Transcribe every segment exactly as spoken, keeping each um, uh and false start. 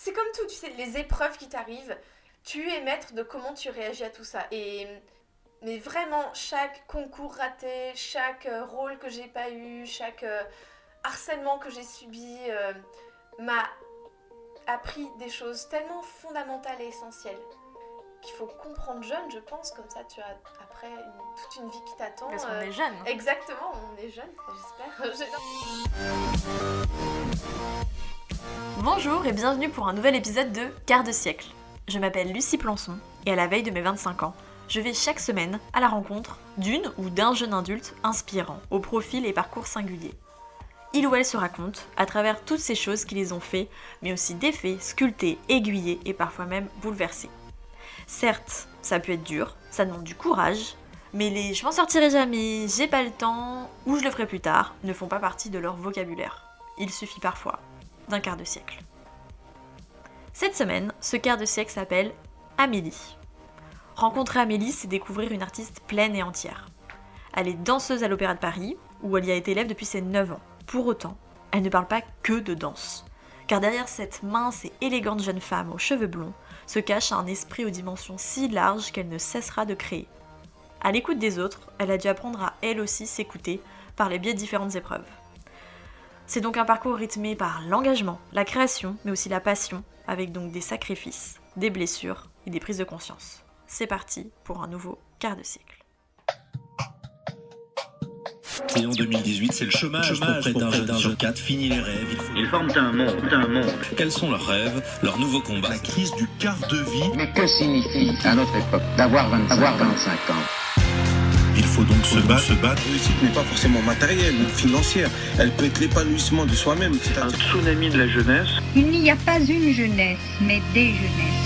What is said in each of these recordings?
c'est comme tout, tu sais, les épreuves qui t'arrivent, tu es maître de comment tu réagis à tout ça. Et mais vraiment, chaque concours raté, chaque euh, rôle que j'ai pas eu, chaque euh, harcèlement que j'ai subi euh, m'a appris des choses tellement fondamentales et essentielles qu'il faut comprendre jeune, je pense, comme ça tu as après une, toute une vie qui t'attend. Parce qu'on euh, est jeune. Exactement, on est jeune, j'espère. Bonjour et bienvenue pour un nouvel épisode de Quart de siècle. Je m'appelle Lucie Plançon et à la veille de mes vingt-cinq ans, je vais chaque semaine à la rencontre d'une ou d'un jeune adulte inspirant, au profil et parcours singuliers. Il ou elle se raconte à travers toutes ces choses qui les ont fait, mais aussi défait, sculpté, aiguillé et parfois même bouleversé. Certes, ça peut être dur, ça demande du courage, mais les je m'en sortirai jamais, j'ai pas le temps, ou je le ferai plus tard, ne font pas partie de leur vocabulaire. Il suffit parfois d'un quart de siècle. Cette semaine, ce quart de siècle s'appelle Amélie. Rencontrer Amélie, c'est découvrir une artiste pleine et entière. Elle est danseuse à l'Opéra de Paris, où elle y a été élève depuis ses neuf ans. Pour autant, elle ne parle pas que de danse. Car derrière cette mince et élégante jeune femme aux cheveux blonds, se cache un esprit aux dimensions si larges qu'elle ne cessera de créer. À l'écoute des autres, elle a dû apprendre à elle aussi s'écouter par les biais de différentes épreuves. C'est donc un parcours rythmé par l'engagement, la création, mais aussi la passion, avec donc des sacrifices, des blessures et des prises de conscience. C'est parti pour un nouveau quart de siècle. Et en deux mille dix-huit, c'est le chômage, chômage pour près d'un jeune sur quatre. Fini les rêves. Il faut... Ils forment un monde, un monde. Quels sont leurs rêves, leurs nouveaux combats? La crise du quart de vie. Mais que signifie, à notre époque, d'avoir vingt-cinq ans? Il faut donc se battre, se battre. La réussite n'est pas forcément matérielle ou financière. Elle peut être l'épanouissement de soi-même. C'est un tsunami de la jeunesse. Il n'y a pas une jeunesse, mais des jeunesses.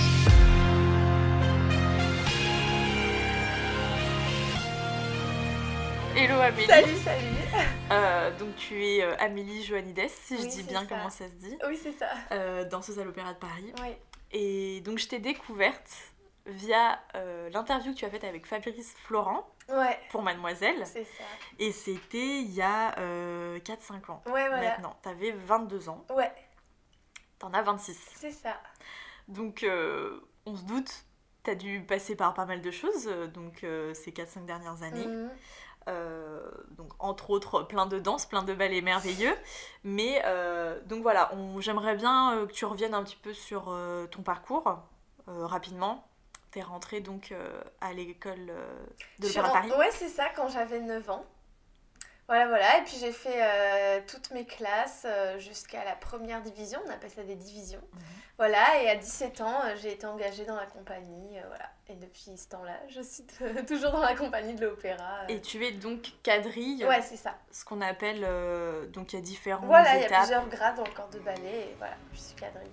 Hello Amélie. Salut, salut. Euh, donc tu es euh, Amélie Joannides, si Oui, je dis bien ça. Comment ça se dit. Oui, c'est ça. Euh, danseuse à l'Opéra de Paris. Oui. Et donc je t'ai découverte via euh, l'interview que tu as faite avec Fabrice Florent ouais. pour Mademoiselle. C'est ça. Et c'était il y a euh, quatre cinq ans. Ouais, voilà. Maintenant, t'avais vingt-deux ans. Ouais. T'en as vingt-six. C'est ça. Donc euh, on se doute, t'as dû passer par pas mal de choses, donc euh, ces quatre cinq dernières années. Mmh. Euh, donc entre autres plein de danse, plein de ballets merveilleux, mais euh, donc voilà, on, j'aimerais bien euh, que tu reviennes un petit peu sur euh, ton parcours euh, rapidement. T'es rentrée donc euh, à l'école euh, de l'Opéra de Paris. Ouais, c'est ça, quand j'avais neuf ans. Voilà, voilà, et puis j'ai fait euh, toutes mes classes euh, jusqu'à la première division, on appelle ça des divisions. Mmh. Voilà, et à dix-sept ans, euh, j'ai été engagée dans la compagnie, euh, voilà. Et depuis ce temps-là, je suis t- toujours dans la compagnie de l'opéra. Euh. Et tu es donc quadrille. Ouais, c'est ça. Ce qu'on appelle, euh, donc il y a différentes voilà, étapes. Voilà, il y a plusieurs grades dans le corps de ballet, et voilà, je suis quadrille.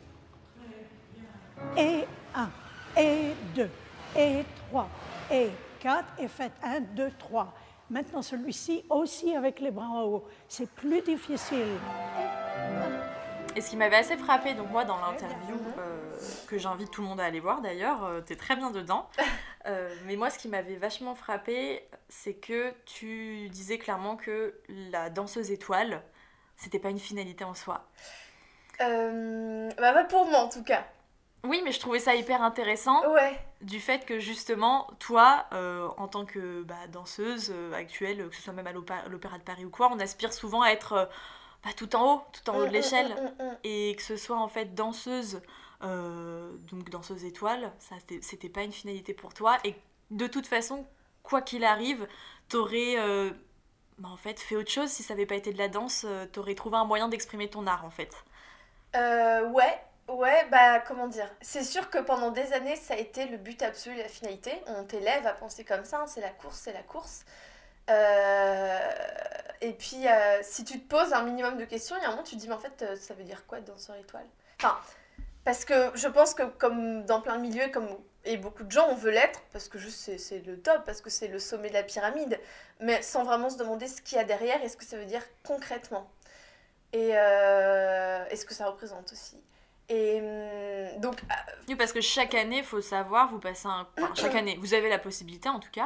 Et un, et deux, et trois, et quatre, et faites un, deux, trois. Maintenant, celui-ci aussi avec les bras en haut. C'est plus difficile. Et ce qui m'avait assez frappée, donc moi, dans l'interview, euh, que j'invite tout le monde à aller voir d'ailleurs, euh, t'es très bien dedans. Euh, mais moi, ce qui m'avait vachement frappée, c'est que tu disais clairement que la danseuse étoile, c'était pas une finalité en soi. Euh, bah pas pour moi, en tout cas. Oui, mais je trouvais ça hyper intéressant ouais. du fait que justement, toi, euh, en tant que bah, danseuse euh, actuelle, que ce soit même à l'opéra, l'Opéra de Paris ou quoi, on aspire souvent à être euh, bah, tout en haut, tout en haut de l'échelle. Mmh, mmh, mmh. Et que ce soit en fait danseuse, euh, donc danseuse étoile, ça, c'était, c'était pas une finalité pour toi. Et de toute façon, quoi qu'il arrive, t'aurais euh, bah, en fait, fait autre chose. Si ça avait pas été de la danse, euh, t'aurais trouvé un moyen d'exprimer ton art en fait. Euh, ouais. Ouais, bah comment dire, c'est sûr que pendant des années ça a été le but absolu, la finalité, on t'élève à penser comme ça, hein, c'est la course, c'est la course. Euh... Et puis euh, si tu te poses un minimum de questions, il y a un moment tu te dis mais en fait euh, ça veut dire quoi danseur étoile? Enfin, parce que je pense que comme dans plein de milieux, comme, et beaucoup de gens on veut l'être, parce que juste c'est, c'est le top, parce que c'est le sommet de la pyramide, mais sans vraiment se demander ce qu'il y a derrière et ce que ça veut dire concrètement. Et, euh... et ce que ça représente aussi. Et donc oui, parce que chaque année, il faut savoir, vous passez un... enfin, chaque année, vous avez la possibilité en tout cas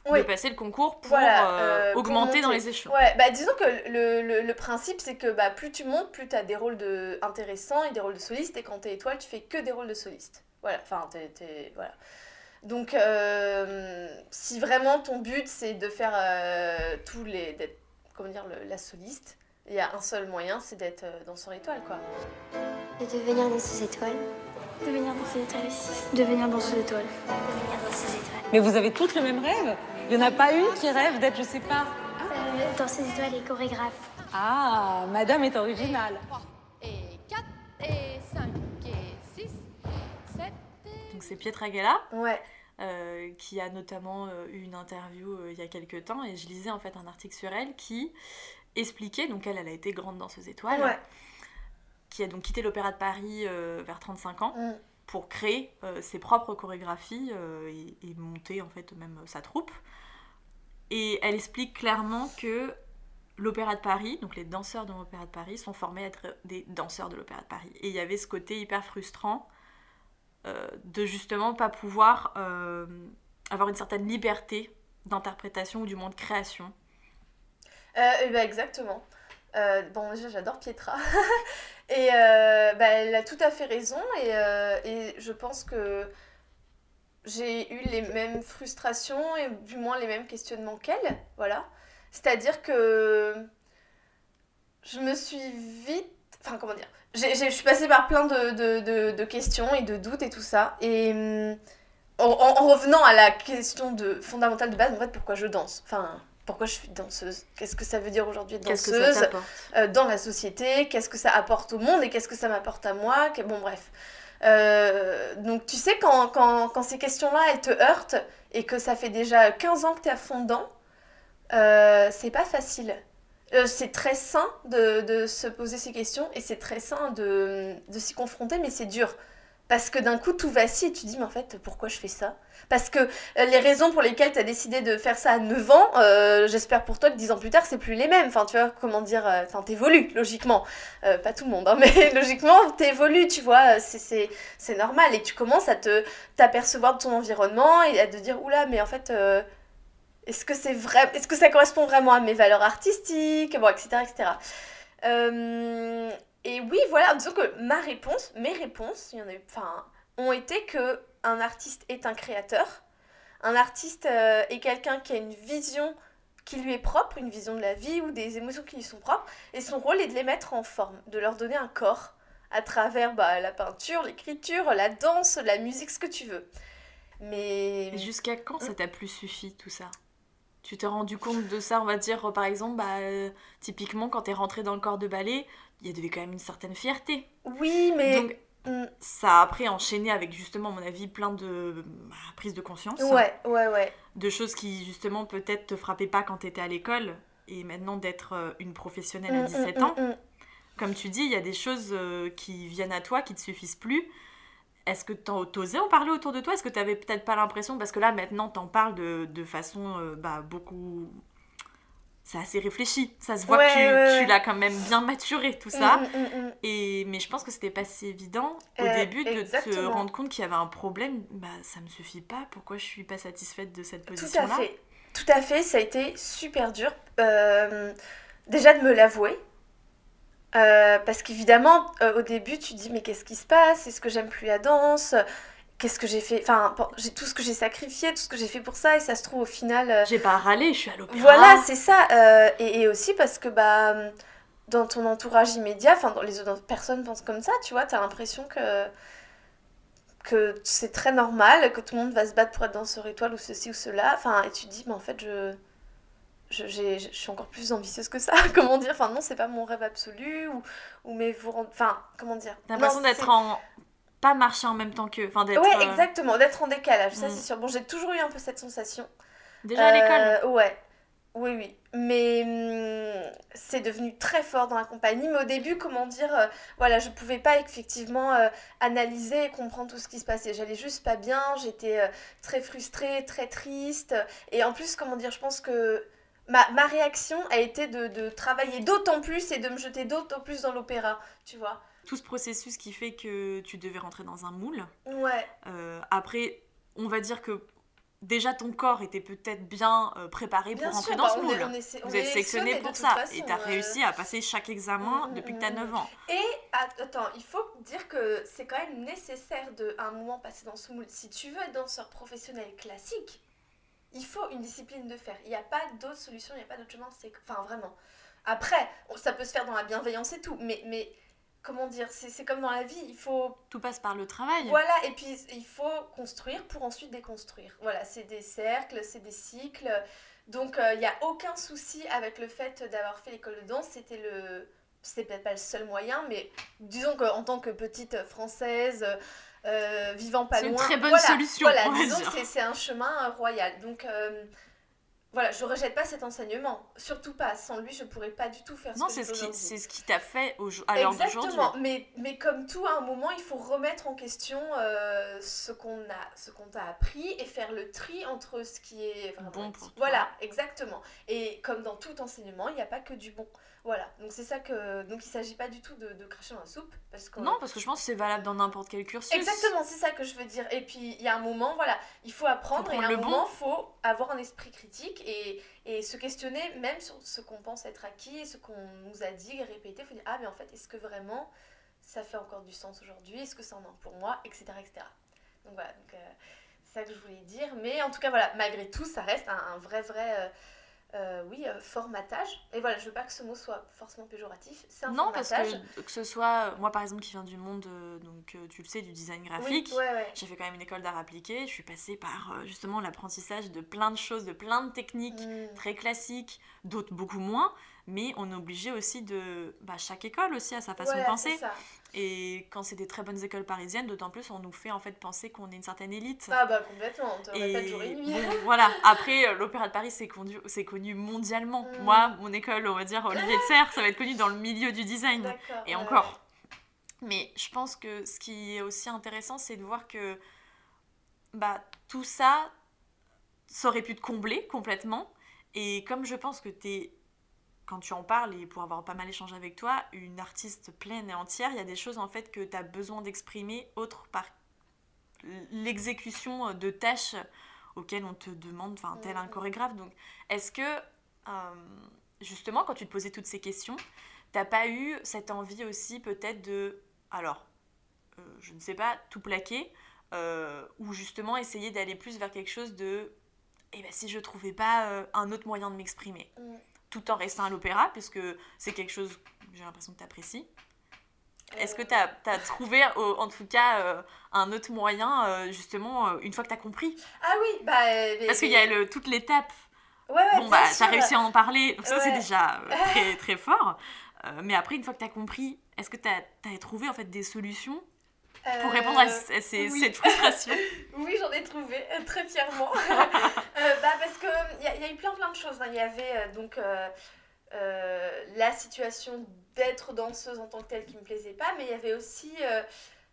Oui. de passer le concours pour Voilà, euh, euh, pour augmenter dans monter. les échelons. Ouais, bah disons que le, le, le principe c'est que bah, plus tu montes, plus tu as des rôles de... intéressants et des rôles de soliste, et quand t'es étoile, tu fais que des rôles de soliste. Voilà, enfin, t'es... t'es- voilà. Donc, euh, si vraiment ton but c'est de faire euh, tous les... d'être, comment dire, le- la soliste, il y a un seul moyen, c'est d'être euh, danseur étoile, quoi. De devenir danseuse étoile. Devenir danseuse étoile aussi. Devenir danseuse étoile. Devenir danseuse étoile. Mais vous avez toutes le même rêve? Il n'y en a pas une qui rêve d'être, je sais pas... Euh, danseuse étoile et chorégraphe. Ah, madame est originale. Et quatre, et cinq, et six, sept... Donc c'est Pietra Gala, Ouais. euh, qui a notamment euh, eu une interview euh, il y a quelques temps, et je lisais en fait un article sur elle qui expliquait, donc elle, elle a été grande danseuse étoile, Ouais. qui a donc quitté l'Opéra de Paris euh, vers trente-cinq ans, Mm. pour créer euh, ses propres chorégraphies euh, et, et monter en fait même sa troupe. Et elle explique clairement que l'Opéra de Paris, donc les danseurs de l'Opéra de Paris, sont formés à être des danseurs de l'Opéra de Paris. Et il y avait ce côté hyper frustrant euh, de justement pas pouvoir euh, avoir une certaine liberté d'interprétation ou du moins de création. Euh, et bah exactement. Euh, bon, déjà, j'adore Pietra. et euh, bah, elle a tout à fait raison. Et, euh, et je pense que j'ai eu les mêmes frustrations et du moins les mêmes questionnements qu'elle. Voilà. C'est-à-dire que je me suis vite... Enfin, comment dire j'ai, j'ai, Je suis passée par plein de, de, de, de questions et de doutes et tout ça. Et hum, en, en revenant à la question de, fondamentale de base, en fait, pourquoi je danse? Enfin... Pourquoi je suis danseuse? Qu'est-ce que ça veut dire aujourd'hui être Qu'est-ce danseuse que ça t'apporte euh, dans la société? Qu'est-ce que ça apporte au monde et qu'est-ce que ça m'apporte à moi? Que- Bon, bref. Euh, donc, tu sais, quand, quand, quand ces questions-là, elles te heurtent et que ça fait déjà quinze ans que t'es à fond dedans, euh, c'est pas facile. Euh, c'est très sain de, de se poser ces questions et c'est très sain de, de s'y confronter, mais c'est dur. Parce que d'un coup, tout vacille et tu te dis, mais en fait, pourquoi je fais ça? Parce que euh, les raisons pour lesquelles tu as décidé de faire ça à neuf ans, euh, j'espère pour toi que dix ans plus tard, c'est plus les mêmes. Enfin, tu vois, comment dire, euh, enfin, t'évolues, logiquement. Euh, pas tout le monde, hein, mais logiquement, t'évolues, tu vois, c'est, c'est, c'est normal. Et tu commences à te, t'apercevoir de ton environnement et à te dire, oula, mais en fait, euh, est-ce que c'est vrai, est-ce que ça correspond vraiment à mes valeurs artistiques? Bon, et cetera, et cetera. Euh, et oui, voilà, disons que ma réponse, mes réponses, il y en a eu, enfin, ont été que un artiste est un créateur, un artiste euh, est quelqu'un qui a une vision qui lui est propre, une vision de la vie ou des émotions qui lui sont propres, et son rôle est de les mettre en forme, de leur donner un corps à travers bah, la peinture, l'écriture, la danse, la musique, ce que tu veux. Mais... Et jusqu'à quand ça t'a plus suffi tout ça? Tu t'es rendu compte de ça, on va dire, par exemple, bah, euh, typiquement quand t'es rentrée dans le corps de ballet, il y avait quand même une certaine fierté. Oui, mais... Donc, mm. ça a après enchaîné avec justement, à mon avis, plein de bah, prises de conscience. Ouais, ouais, ouais. De choses qui, justement, peut-être te frappaient pas quand t'étais à l'école, et maintenant d'être euh, une professionnelle à Mm, dix-sept mm, ans. mm, mm. Comme tu dis, il y a des choses euh, qui viennent à toi, qui te suffisent plus. Est-ce que t'osais en parler autour de toi? Est-ce que t'avais peut-être pas l'impression, parce que là maintenant t'en parles de, de façon euh, bah, beaucoup... C'est assez réfléchi, ça se voit Ouais, que tu, ouais, ouais. tu l'as quand même bien maturé tout ça. Mm, mm, mm. Et, mais je pense que c'était pas si évident au Euh, début de te exactement. rendre compte qu'il y avait un problème. Bah ça me suffit pas, pourquoi je suis pas satisfaite de cette Tout à position-là? fait. Tout à fait, ça a été super dur. Euh, déjà de me l'avouer. Euh, parce qu'évidemment, euh, au début, tu te dis, mais qu'est-ce qui se passe? Est-ce que j'aime plus la danse? Qu'est-ce que j'ai fait? Enfin, bon, j'ai tout ce que j'ai sacrifié, tout ce que j'ai fait pour ça, et ça se trouve au final... euh, J'ai pas râlé, je suis à l'opéra. Voilà, c'est ça. euh, et, et aussi parce que bah, dans ton entourage immédiat, enfin, dans les autres personnes pensent comme ça, tu vois, t'as l'impression que, que c'est très normal, que tout le monde va se battre pour être danseur étoile ou ceci ou cela. Enfin, et tu te dis, mais en fait, je... Je, j'ai, je suis encore plus ambitieuse que ça, comment dire, enfin non, c'est pas mon rêve absolu, ou, ou mais vous rend... enfin, comment dire. T'as l'impression Non, d'être c'est- en... pas marcher en même temps qu'eux, enfin d'être... Ouais, euh, exactement, d'être en décalage, ça Mm. c'est sûr. Bon, j'ai toujours eu un peu cette sensation. Déjà à l'école. Euh, Ouais, oui, oui. Mais hum, c'est devenu très fort dans la compagnie. Mais au début, comment dire, euh, voilà, je pouvais pas effectivement euh, analyser et comprendre tout ce qui se passait. J'allais juste pas bien, j'étais euh, très frustrée, très triste. Et en plus, comment dire, je pense que ma, ma réaction a été de, de travailler d'autant plus et de me jeter d'autant plus dans l'opéra, tu vois. Tout ce processus qui fait que tu devais rentrer dans un moule. Ouais. Euh, après, on va dire que déjà ton corps était peut-être bien euh, préparé Bien pour rentrer sûr, dans bah, ce on moule. est- on est- on Vous est êtes sélectionné sélectionné pour de ça. toute façon, Et t'as euh. réussi à passer chaque examen Mm, depuis mm, que t'as mm. neuf ans. Et att- attends, il faut dire que c'est quand même nécessaire de, à un moment, passer dans ce moule. Si tu veux être danseur professionnel classique, il faut une discipline de fer. Il n'y a pas d'autre solution, il n'y a pas d'autre chemin. C'est... Enfin, vraiment. Après, ça peut se faire dans la bienveillance et tout, mais... mais comment dire, c'est, c'est comme dans la vie, il faut... Tout passe par le travail. Voilà, et puis il faut construire pour ensuite déconstruire. Voilà, c'est des cercles, c'est des cycles. Donc il euh, n'y a aucun souci avec le fait d'avoir fait l'école de danse. C'était le... C'était peut-être pas le seul moyen, mais disons qu'en tant que petite Française, euh, vivant pas c'est loin... C'est une très bonne voilà, solution, voilà, on va disons dire. que c'est, c'est un chemin euh, royal. Donc... Euh, Voilà, je rejette pas cet enseignement, surtout pas. Sans lui, je pourrais pas du tout faire ce non, que c'est je fais ce qui, aujourd'hui. c'est ce qui t'a fait au, à l'heure d'aujourd'hui. Exactement, mais, mais comme tout, à un moment, il faut remettre en question euh, ce qu'on a, ce qu'on t'a appris et faire le tri entre ce qui est vraiment bon pour toi. Voilà, exactement. Et comme dans tout enseignement, il n'y a pas que du bon. Voilà, donc c'est ça que... Donc il ne s'agit pas du tout de, de cracher dans la soupe. Parce que... Non, parce que je pense que c'est valable dans n'importe quel cursus. Exactement, c'est ça que je veux dire. Et puis, il y a un moment, voilà, il faut apprendre, faut et à un le moment, il bon. faut avoir un esprit critique et, et se questionner même sur ce qu'on pense être acquis et ce qu'on nous a dit, répété. Il faut dire, ah, mais en fait, est-ce que vraiment ça fait encore du sens aujourd'hui? Est-ce que c'est un an pour moi? Etc, et cetera. Donc voilà, donc, euh, c'est ça que je voulais dire. Mais en tout cas, voilà, malgré tout, ça reste un, un vrai, vrai... Euh, Euh, oui, euh, formatage. Et voilà, je veux pas que ce mot soit forcément péjoratif. C'est un non, formatage. parce que que ce soit, moi par exemple qui viens du monde, euh, donc euh, tu le sais, du design graphique, oui, ouais, ouais. j'ai fait quand même une école d'art appliqué, je suis passée par euh, justement l'apprentissage de plein de choses, de plein de techniques mmh. très classiques, d'autres beaucoup moins, mais on est obligé aussi de... Bah, chaque école aussi a sa façon voilà, de penser. C'est ça. Et quand c'est des très bonnes écoles parisiennes, d'autant plus on nous fait en fait penser qu'on est une certaine élite. Ah bah complètement, on te et répète jour et nuit. Bon, voilà, après euh, l'Opéra de Paris c'est connu, c'est connu mondialement. Mmh. Moi, mon école, on va dire Olivier de Serres, ça va être connu dans le milieu du design. D'accord, et ouais, encore. Ouais. Mais je pense que ce qui est aussi intéressant, c'est de voir que bah, tout ça, ça aurait pu te combler complètement. Et comme je pense que t'es... quand tu en parles, et pour avoir pas mal échangé avec toi, une artiste pleine et entière, il y a des choses en fait que tu as besoin d'exprimer autre par l'exécution de tâches auxquelles on te demande, enfin tel un chorégraphe. Donc est-ce que euh, justement quand tu te posais toutes ces questions, t'as pas eu cette envie aussi peut-être de, alors euh, je ne sais pas, tout plaquer euh, ou justement essayer d'aller plus vers quelque chose de, eh ben si je trouvais pas euh, un autre moyen de m'exprimer mm. tout en restant à l'opéra, puisque c'est quelque chose que j'ai l'impression que tu apprécies. Euh... Est-ce que tu as trouvé, euh, en tout cas, euh, un autre moyen, euh, justement, euh, une fois que tu as compris? Ah oui, bah... Mais, Parce qu'il y a le, toute l'étape. Ouais, ouais, bon, bah, tu as réussi à en parler, donc ça, ouais. c'est déjà euh, très, très fort. Euh, mais après, une fois que tu as compris, est-ce que tu as trouvé, en fait, des solutions pour répondre à, à ces, oui. cette frustration? Oui, j'en ai trouvé, euh, très fièrement. euh, bah, parce qu'il y, y a eu plein plein de choses. Il hein. y avait euh, donc euh, euh, la situation d'être danseuse en tant que telle qui ne me plaisait pas, mais il y avait aussi euh,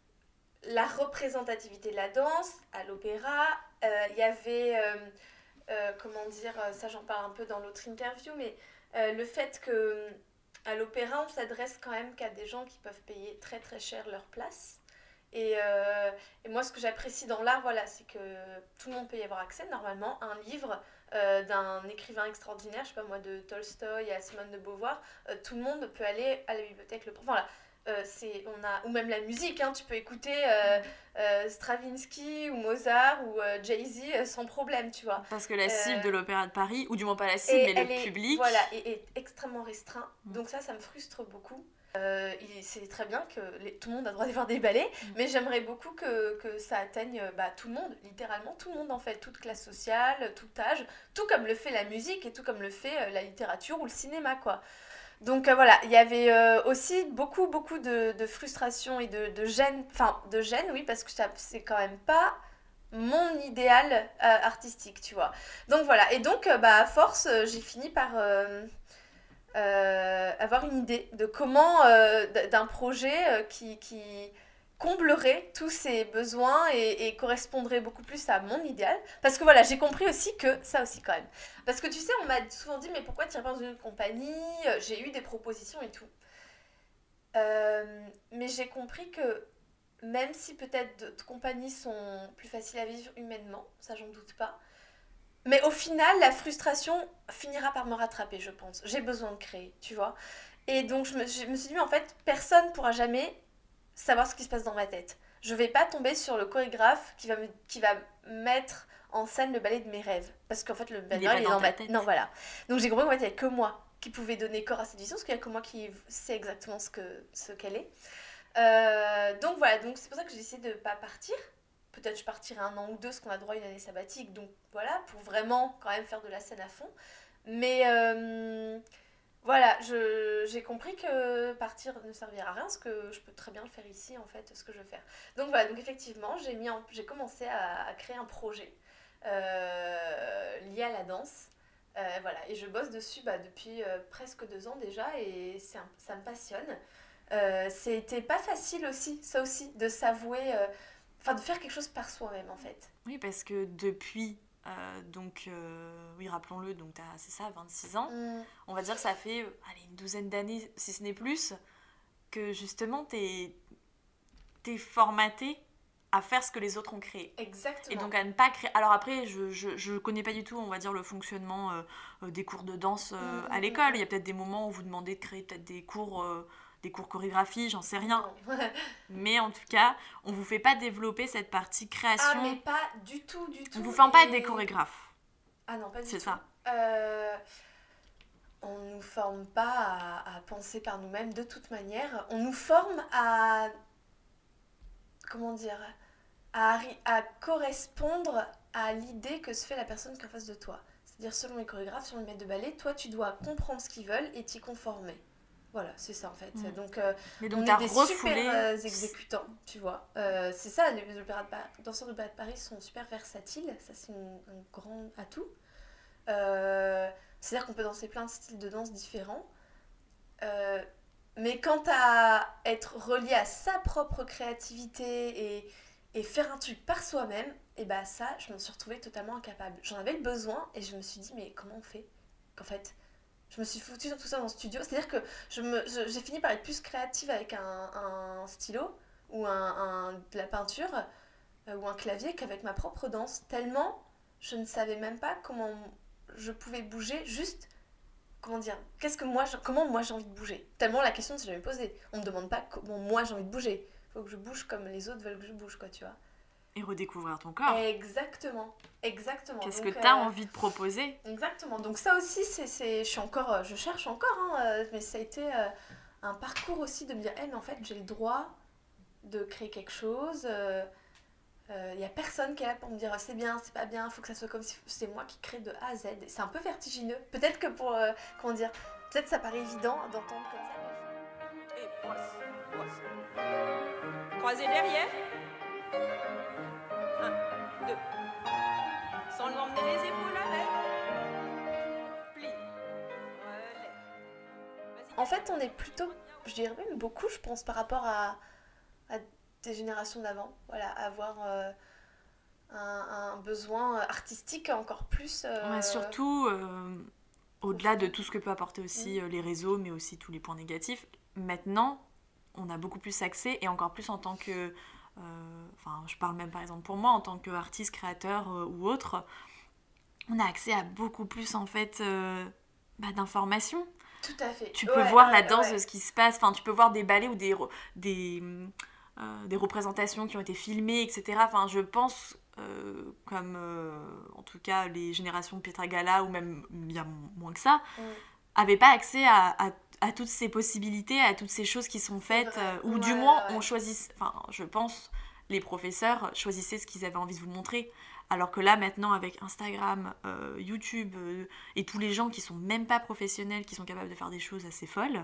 la représentativité de la danse à l'opéra. Il euh, y avait, euh, euh, comment dire, ça j'en parle un peu dans l'autre interview, mais euh, le fait que à l'opéra, on s'adresse quand même qu'à des gens qui peuvent payer très très cher leur place. Et, euh, et moi, ce que j'apprécie dans l'art, voilà, c'est que tout le monde peut y avoir accès, normalement. Un livre euh, d'un écrivain extraordinaire, je sais pas moi, de Tolstoï à Simone de Beauvoir, euh, tout le monde peut aller à la bibliothèque le prendre. Voilà, euh, c'est, on a, ou même la musique, hein, tu peux écouter euh, euh, Stravinsky ou Mozart ou euh, Jay-Z euh, sans problème, tu vois. Parce que la cible euh, de l'Opéra de Paris, ou du moins pas la cible, mais le est, public... Voilà, est, est extrêmement restreint. Mmh. Donc ça, ça me frustre beaucoup. Euh, c'est très bien que les, tout le monde a le droit d'y voir des ballets, mmh. mais j'aimerais beaucoup que, que ça atteigne bah, tout le monde, littéralement tout le monde en fait, toute classe sociale, tout âge, tout comme le fait la musique et tout comme le fait euh, la littérature ou le cinéma, quoi. Donc euh, voilà, il y avait euh, aussi beaucoup, beaucoup de, de frustration et de, de gêne, enfin de gêne, oui, parce que c'est quand même pas mon idéal euh, artistique, tu vois. Donc voilà, et donc euh, bah, à force, euh, j'ai fini par... Euh, Euh, avoir une idée de comment, euh, d'un projet euh, qui, qui comblerait tous ces besoins et, et correspondrait beaucoup plus à mon idéal. Parce que voilà, j'ai compris aussi que, ça aussi quand même, parce que tu sais, on m'a souvent dit, mais pourquoi tu irais pas dans une autre compagnie? J'ai eu des propositions et tout. Euh, mais j'ai compris que même si peut-être d'autres compagnies sont plus faciles à vivre humainement, ça j'en doute pas, mais au final, la frustration finira par me rattraper, je pense. J'ai besoin de créer, tu vois. Et donc, je me, je me suis dit, mais en fait, personne ne pourra jamais savoir ce qui se passe dans ma tête. Je vais pas tomber sur le chorégraphe qui va, me, qui va mettre en scène le ballet de mes rêves. Parce qu'en fait, le ballet, il est, il est dans, dans ma tête. Non, voilà. Donc, j'ai compris qu'en fait, il n'y a que moi qui pouvait donner corps à cette vision, parce qu'il n'y a que moi qui sait exactement ce, que, ce qu'elle est. Euh, donc, voilà. Donc, c'est pour ça que j'ai décidé de ne pas partir. Peut-être je partirai un an ou deux, parce qu'on a droit à une année sabbatique. Donc, voilà, pour vraiment quand même faire de la scène à fond. Mais... Euh, Voilà, je, j'ai compris que partir ne servira à rien, parce que je peux très bien le faire ici, en fait, ce que je veux faire. Donc voilà, donc effectivement, j'ai, mis en, j'ai commencé à, à créer un projet euh, lié à la danse. Euh, voilà, et je bosse dessus bah, depuis euh, presque deux ans déjà, et c'est un, ça me passionne. Euh, c'était pas facile aussi, ça aussi, de s'avouer, enfin euh, de faire quelque chose par soi-même, en fait. Oui, parce que depuis... Euh, donc, euh, oui, rappelons-le, donc t'as, c'est ça, vingt-six ans. Mm. On va dire que ça fait allez, une douzaine d'années, si ce n'est plus, que justement t'es, t'es formaté à faire ce que les autres ont créé. Exactement. Et donc à ne pas créer... Alors après, je, je, je connais pas du tout, on va dire, le fonctionnement euh, des cours de danse euh, mm. à l'école. Il y a peut-être des moments où vous demandez de créer peut-être des cours... Euh, des cours chorégraphie, j'en sais rien. Mais en tout cas, on vous fait pas développer cette partie création. Ah, mais pas du tout, du tout. On vous forme pas et... à être des chorégraphes. Ah non, pas du c'est tout. C'est ça. Euh... On nous forme pas à, à penser par nous-mêmes de toute manière. On nous forme à... Comment dire à, à correspondre à l'idée que se fait la personne qui est en face de toi. C'est-à-dire, selon les chorégraphes, selon les maîtres de ballet, toi, tu dois comprendre ce qu'ils veulent et t'y conformer. Voilà, c'est ça en fait. Mmh. Donc, euh, donc, on est des refoulé... super euh, exécutants, tu vois. Euh, c'est ça, les danseurs de ballet de Paris sont super versatiles. Ça, c'est une, un grand atout. Euh, c'est-à-dire qu'on peut danser plein de styles de danse différents. Euh, mais quant à être relié à sa propre créativité et, et faire un truc par soi-même, et bah ça, je me suis retrouvée totalement incapable. J'en avais le besoin et je me suis dit, mais comment on fait ? Qu'en fait... Je me suis foutue dans tout ça dans le studio. C'est-à-dire que je me, je, j'ai fini par être plus créative avec un, un stylo ou un, un, de la peinture euh, ou un clavier qu'avec ma propre danse. Tellement je ne savais même pas comment je pouvais bouger. Juste, comment dire, qu'est-ce que moi, comment moi j'ai envie de bouger. Tellement la question ne s'est jamais posée. On ne me demande pas comment moi j'ai envie de bouger. Il faut que je bouge comme les autres veulent que je bouge, quoi, tu vois. Et redécouvrir ton corps. Exactement, exactement. Qu'est-ce donc, que tu as euh, envie de proposer ? Exactement. Donc ça aussi, c'est, c'est, je suis encore, je cherche encore, hein, mais ça a été euh, un parcours aussi de me dire, hey, mais en fait, j'ai le droit de créer quelque chose. Il euh, euh, y a personne qui est là pour me dire, c'est bien, c'est pas bien, il faut que ça soit comme si c'est moi qui crée de A à Z. Et c'est un peu vertigineux. Peut-être que pour, euh, comment dire, peut-être ça paraît évident d'entendre comme ça. Et poisse, poisse. Croisez derrière. Un, deux. Sans lui emmener les épaules avec. Plie. Relève. En fait, on est plutôt, je dirais même beaucoup, je pense, par rapport à, à des générations d'avant. Voilà, avoir euh, un, un besoin artistique encore plus... Euh... Ouais, surtout, euh, au-delà de tout ce que peut apporter aussi mmh. les réseaux, mais aussi tous les points négatifs, maintenant, on a beaucoup plus accès, et encore plus en tant que... Enfin, euh, je parle même par exemple pour moi en tant qu'artiste, créateur euh, ou autre, on a accès à beaucoup plus en fait euh, bah, d'informations. Tout à fait. Tu ouais, peux voir ouais, la danse ouais. de ce qui se passe, enfin tu peux voir des ballets ou des, des, euh, des représentations qui ont été filmées, et cetera. Enfin je pense, euh, comme euh, en tout cas les générations de Petra Gala ou même bien moins que ça, mm. avaient pas accès à, à à toutes ces possibilités, à toutes ces choses qui sont faites, euh, ou ouais, du moins ouais. on choisit, enfin je pense, les professeurs choisissaient ce qu'ils avaient envie de vous montrer, alors que là maintenant avec Instagram, euh, YouTube euh, et tous les gens qui sont même pas professionnels, qui sont capables de faire des choses assez folles,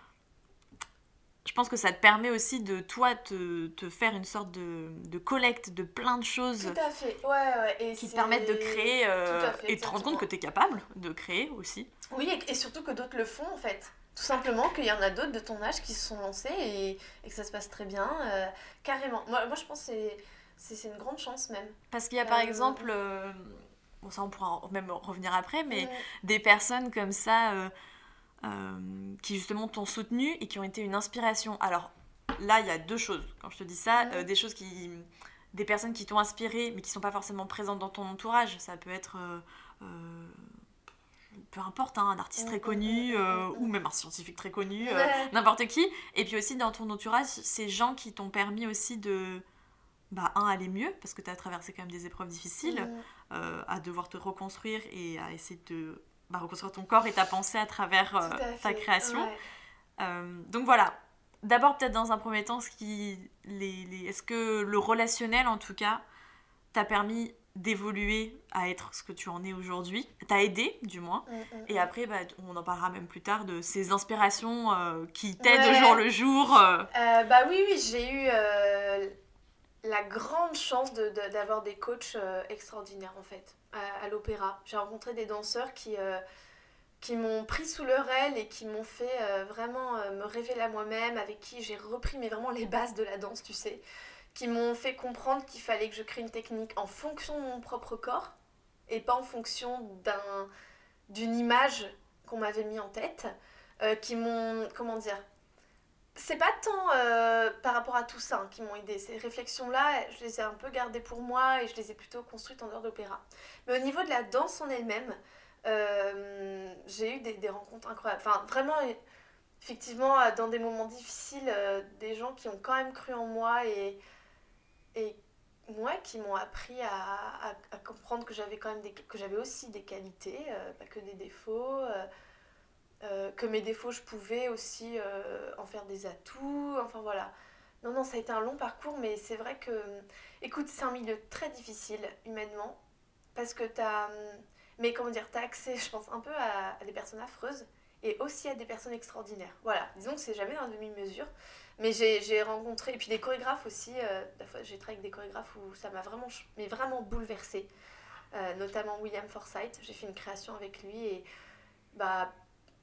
je pense que ça te permet aussi de toi te, te faire une sorte de, de collecte de plein de choses. Tout à fait, ouais, ouais. Et qui c'est... te permettent de créer euh, fait, et de te rendre compte que tu es capable de créer aussi. Oui, et, et surtout que d'autres le font en fait. Tout simplement qu'il y en a d'autres de ton âge qui se sont lancés et, et que ça se passe très bien, euh, carrément. Moi, moi, je pense que c'est, c'est, c'est une grande chance même. Parce qu'il y a par euh, exemple, euh, bon ça on pourra même revenir après, mais euh... des personnes comme ça euh, euh, qui justement t'ont soutenu et qui ont été une inspiration. Alors là, il y a deux choses, quand je te dis ça, euh, des choses qui, des personnes qui t'ont inspiré, mais qui sont pas forcément présentes dans ton entourage. Ça peut être... Euh, euh, peu importe, hein, un artiste très connu, euh, ou même un scientifique très connu, euh, ouais. n'importe qui. Et puis aussi, dans ton entourage, ces gens qui t'ont permis aussi de... Bah, un, aller mieux, parce que tu as traversé quand même des épreuves difficiles, mmh. euh, à devoir te reconstruire et à essayer de bah, reconstruire ton corps et ta pensée à travers euh, à ta création. Ouais. Euh, donc voilà, d'abord peut-être dans un premier temps, ce qui, les, les, est-ce que le relationnel en tout cas t'a permis d'évoluer à être ce que tu en es aujourd'hui, t'a aidé du moins, mmh, mmh. et après bah, on en parlera même plus tard de ces inspirations euh, qui t'aident ouais. au jour le jour. Euh... Euh, bah oui, oui, j'ai eu... Euh... la grande chance de, de, d'avoir des coachs euh, extraordinaires en fait à, à l'opéra. J'ai rencontré des danseurs qui, euh, qui m'ont pris sous leur aile et qui m'ont fait euh, vraiment euh, me révéler à moi-même, avec qui j'ai repris mais vraiment les bases de la danse, tu sais, qui m'ont fait comprendre qu'il fallait que je crée une technique en fonction de mon propre corps et pas en fonction d'un, d'une image qu'on m'avait mis en tête, euh, qui m'ont, comment dire, c'est pas tant euh, par rapport à tout ça hein, qui m'ont aidée. Ces réflexions-là, je les ai un peu gardées pour moi et je les ai plutôt construites en dehors d'opéra. Mais au niveau de la danse en elle-même, euh, j'ai eu des, des rencontres incroyables. Enfin, vraiment, effectivement, dans des moments difficiles, euh, des gens qui ont quand même cru en moi et, et moi, qui m'ont appris à, à, à comprendre que j'avais, quand même des, que j'avais aussi des qualités, euh, pas que des défauts. Euh, Euh, que mes défauts, je pouvais aussi euh, en faire des atouts, enfin voilà. Non, non, ça a été un long parcours, mais c'est vrai que... Écoute, c'est un milieu très difficile, humainement, parce que t'as... Mais comment dire, t'as accès, je pense, un peu à, à des personnes affreuses, et aussi à des personnes extraordinaires. Voilà, disons que c'est jamais dans la demi-mesure, mais j'ai, j'ai rencontré... Et puis des chorégraphes aussi, euh, j'ai travaillé avec des chorégraphes où ça m'a vraiment, mais vraiment bouleversée, euh, notamment William Forsythe. J'ai fait une création avec lui, et... bah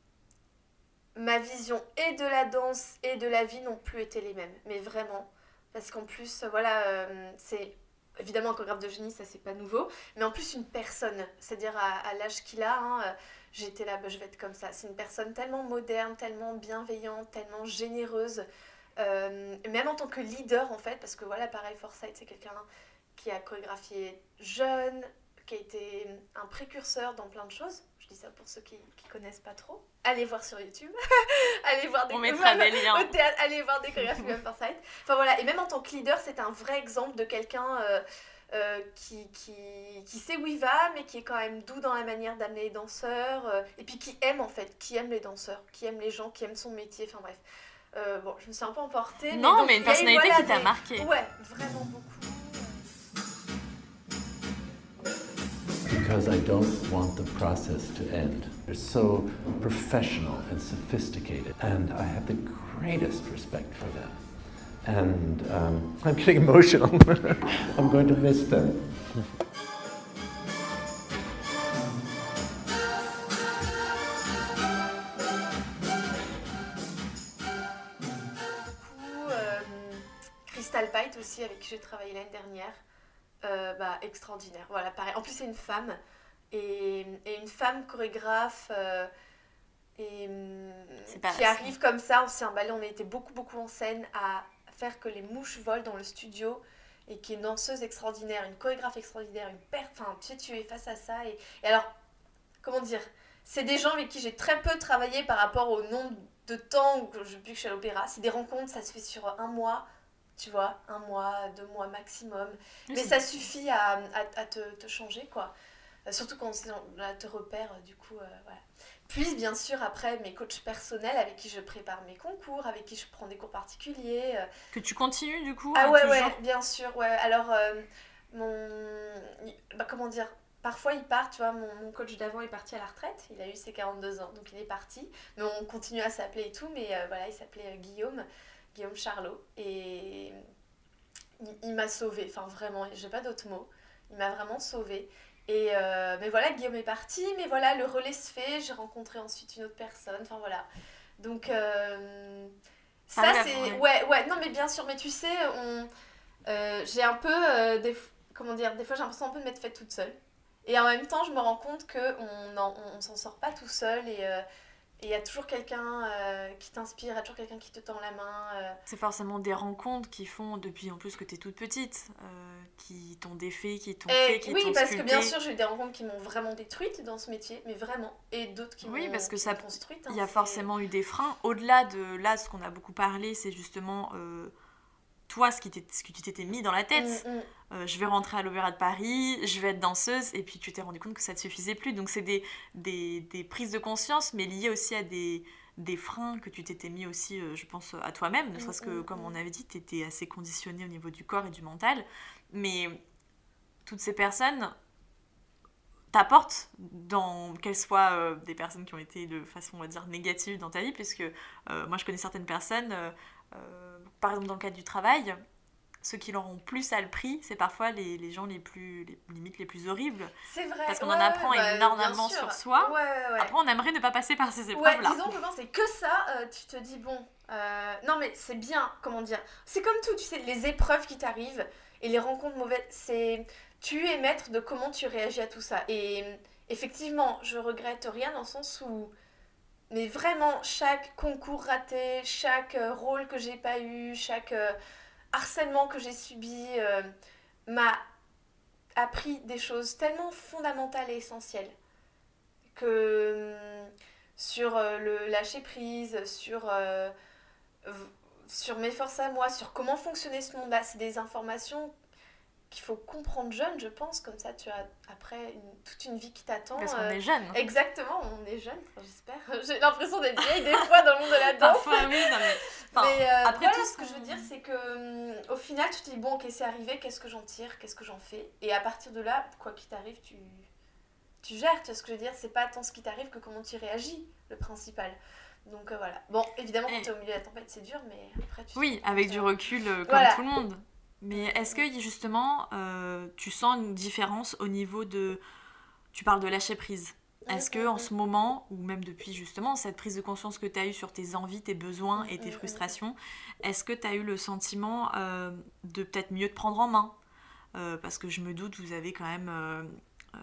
ma vision et de la danse et de la vie n'ont plus été les mêmes, mais vraiment, parce qu'en plus, voilà, euh, c'est évidemment un chorégraphe de génie, ça c'est pas nouveau, mais en plus une personne, c'est-à-dire à, à l'âge qu'il a, hein, euh, j'étais là, bah, je vais être comme ça, c'est une personne tellement moderne, tellement bienveillante, tellement généreuse, euh, même en tant que leader en fait, parce que voilà, pareil, Forsythe c'est quelqu'un qui a chorégraphié jeune, qui a été un précurseur dans plein de choses. Je dis ça pour ceux qui ne connaissent pas trop. Allez voir sur YouTube. allez voir des On mettra des liens. Au théâtre, allez voir des chorégraphies de Forsythe. Enfin voilà, et même en tant que leader, c'est un vrai exemple de quelqu'un euh, euh, qui, qui, qui sait où il va, mais qui est quand même doux dans la manière d'amener les danseurs, euh, et puis qui aime en fait, qui aime les danseurs, qui aime les gens, qui aime son métier, enfin bref. Euh, bon, je me suis un peu emportée. Non, mais, donc, mais une personnalité voilà, qui t'a des... marqué. Ouais, vraiment beaucoup. Because I don't want the process to end. They're so professional and sophisticated, and I have the greatest respect for them. And um, I'm getting emotional. I'm going to miss them. Crystal Pite aussi, avec qui j'ai travaillé l'année dernière. Euh, bah, extraordinaire, voilà, pareil. En plus, c'est une femme, et, et une femme chorégraphe, euh, et, qui arrive comme ça. On s'est emballé, on a été beaucoup, beaucoup en scène à faire que les mouches volent dans le studio, et qui est une danseuse extraordinaire, une chorégraphe extraordinaire, une perte. Enfin, tu sais, tu es face à ça. Et, et alors, comment dire, c'est des gens avec qui j'ai très peu travaillé par rapport au nombre de temps que je, depuis que je suis à l'opéra. C'est des rencontres, ça se fait sur un mois. Tu vois, un mois, deux mois maximum. Oui, mais ça suffit à, à, à te, te changer, quoi. Euh, surtout quand on te repère, du coup, euh, voilà. Puis, bien sûr, après, mes coachs personnels avec qui je prépare mes concours, avec qui je prends des cours particuliers. Euh... Que tu continues, du coup Ah ouais, toujours... ouais, bien sûr, ouais. Alors, euh, mon... Bah, comment dire, parfois, il part, tu vois, mon, mon coach d'avant est parti à la retraite. Il a eu ses quarante-deux ans, donc il est parti. Mais on continue à s'appeler et tout, mais euh, voilà, il s'appelait euh, Guillaume. Guillaume Charlot, et il, il m'a sauvée, enfin vraiment, j'ai pas d'autres mots, il m'a vraiment sauvée. Et euh, mais voilà, Guillaume est parti, mais voilà, le relais se fait, j'ai rencontré ensuite une autre personne, enfin voilà. Donc euh, ça, ça c'est... Ouais. ouais, ouais, non mais bien sûr, mais tu sais, on, euh, j'ai un peu, euh, des, comment dire, des fois j'ai l'impression un peu de m'être faite toute seule. Et en même temps, je me rends compte qu'on on, on s'en sort pas tout seul, et... Euh, Et il y a toujours quelqu'un euh, qui t'inspire, il y a toujours quelqu'un qui te tend la main. Euh... C'est forcément des rencontres qui font, depuis en plus que tu es toute petite, euh, qui t'ont défait, qui t'ont et fait, qui oui, t'ont parce sculpté. que bien sûr, j'ai eu des rencontres qui m'ont vraiment détruite dans ce métier, mais vraiment. Et d'autres qui oui, m'ont, parce que qui ça, m'ont construite. Il hein, y a c'est... forcément eu des freins. Au-delà de là, ce qu'on a beaucoup parlé, c'est justement... Euh, toi, ce, qui ce que tu t'étais mis dans la tête. Mmh, mmh. Euh, je vais rentrer à l'Opéra de Paris, je vais être danseuse, et puis tu t'es rendu compte que ça ne te suffisait plus. Donc c'est des, des, des prises de conscience, mais liées aussi à des, des freins que tu t'étais mis aussi, euh, je pense, à toi-même. Ne serait-ce que, mmh, comme mmh. on avait dit, tu étais assez conditionnée au niveau du corps et du mental. Mais toutes ces personnes t'apportent, dans, qu'elles soient euh, des personnes qui ont été de façon, on va dire, négative dans ta vie, puisque euh, moi je connais certaines personnes... Euh, Euh, par exemple dans le cadre du travail, ceux qui leur ont plus à le prix, c'est parfois les, les gens les plus, les, limite les plus horribles. C'est vrai. Parce qu'on ouais, en apprend ouais, énormément sur soi. Ouais, ouais, ouais. Après, on aimerait ne pas passer par ces épreuves-là. Ouais, disons que quand c'est que ça, euh, tu te dis, bon, euh, non mais c'est bien, comment dire, c'est comme tout, tu sais, les épreuves qui t'arrivent et les rencontres mauvaises, c'est, tu es maître de comment tu réagis à tout ça. Et effectivement, je regrette rien dans le sens où, mais vraiment, chaque concours raté, chaque euh, rôle que j'ai pas eu, chaque euh, harcèlement que j'ai subi euh, m'a appris des choses tellement fondamentales et essentielles que euh, sur euh, le lâcher prise, sur, euh, v- sur mes forces à moi, sur comment fonctionnait ce monde-là, c'est des informations qu'il faut comprendre jeune, je pense, comme ça tu as après une, toute une vie qui t'attend. Parce qu'on euh, est jeune. Exactement, on est jeune, enfin, j'espère. J'ai l'impression d'être vieille des fois dans le monde de la danse. Parfois, oui, non, mais, enfin, mais euh, après voilà, tout ce que je veux dire, c'est que hum, au final, tu te dis, bon, ok, c'est arrivé, qu'est-ce que j'en tire, qu'est-ce que j'en fais. Et à partir de là, quoi qu'il t'arrive, tu, tu gères, tu vois ce que je veux dire. C'est pas tant ce qui t'arrive que comment tu réagis, le principal. Donc euh, voilà. Bon, évidemment, quand Et... t'es au milieu de la tempête, c'est dur, mais après, tu oui, avec du recul, euh, comme voilà. tout le monde. Mais est-ce que justement, euh, tu sens une différence au niveau de... Tu parles de lâcher prise. Est-ce que en ce moment, ou même depuis justement cette prise de conscience que tu as eue sur tes envies, tes besoins et tes frustrations, est-ce que tu as eu le sentiment euh, de peut-être mieux te prendre en main euh, parce que je me doute, vous avez quand même euh, euh,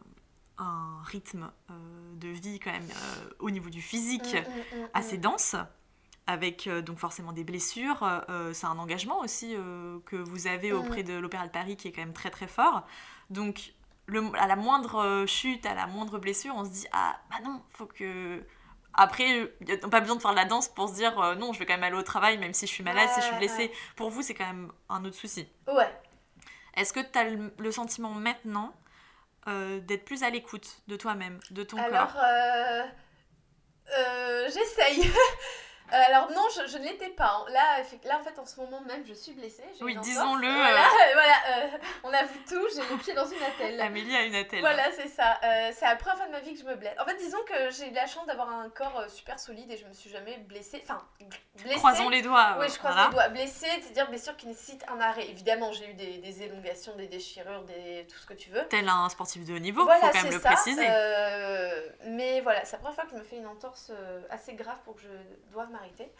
un rythme euh, de vie quand même euh, au niveau du physique assez dense. Avec euh, donc forcément des blessures, euh, c'est un engagement aussi euh, que vous avez auprès de l'Opéra de Paris qui est quand même très très fort. Donc le, à la moindre chute, à la moindre blessure, on se dit ah bah non, faut que... Après, il n'y a pas besoin de faire de la danse pour se dire euh, non, je vais quand même aller au travail même si je suis malade, ouais, si je suis blessée. Ouais. Pour vous, c'est quand même un autre souci. Ouais. Est-ce que tu as le, le sentiment maintenant euh, d'être plus à l'écoute de toi-même, de ton Alors, corps? euh, euh, j'essaye. Alors non, je, je ne l'étais pas. Hein. Là, là, en fait, en ce moment même, je suis blessée. J'ai oui, une disons-le. Voilà, euh... voilà euh, on avoue tout, j'ai le pied dans une attelle. Amélie a une attelle. Voilà, c'est ça. Euh, c'est la première fois de ma vie que je me blesse. En fait, disons que j'ai eu la chance d'avoir un corps super solide et je me suis jamais blessée. Enfin, blessée. Croisons les doigts. Oui, je croise voilà. les doigts. Blessée, c'est-à-dire blessure qui nécessite un arrêt. Évidemment, j'ai eu des, des élongations, des déchirures, des... tout ce que tu veux. Tel un sportif de haut niveau, voilà, faut quand même le ça. préciser. Euh, mais voilà, c'est la première fois que je me fais une entorse assez grave pour que je doive m'arrêter.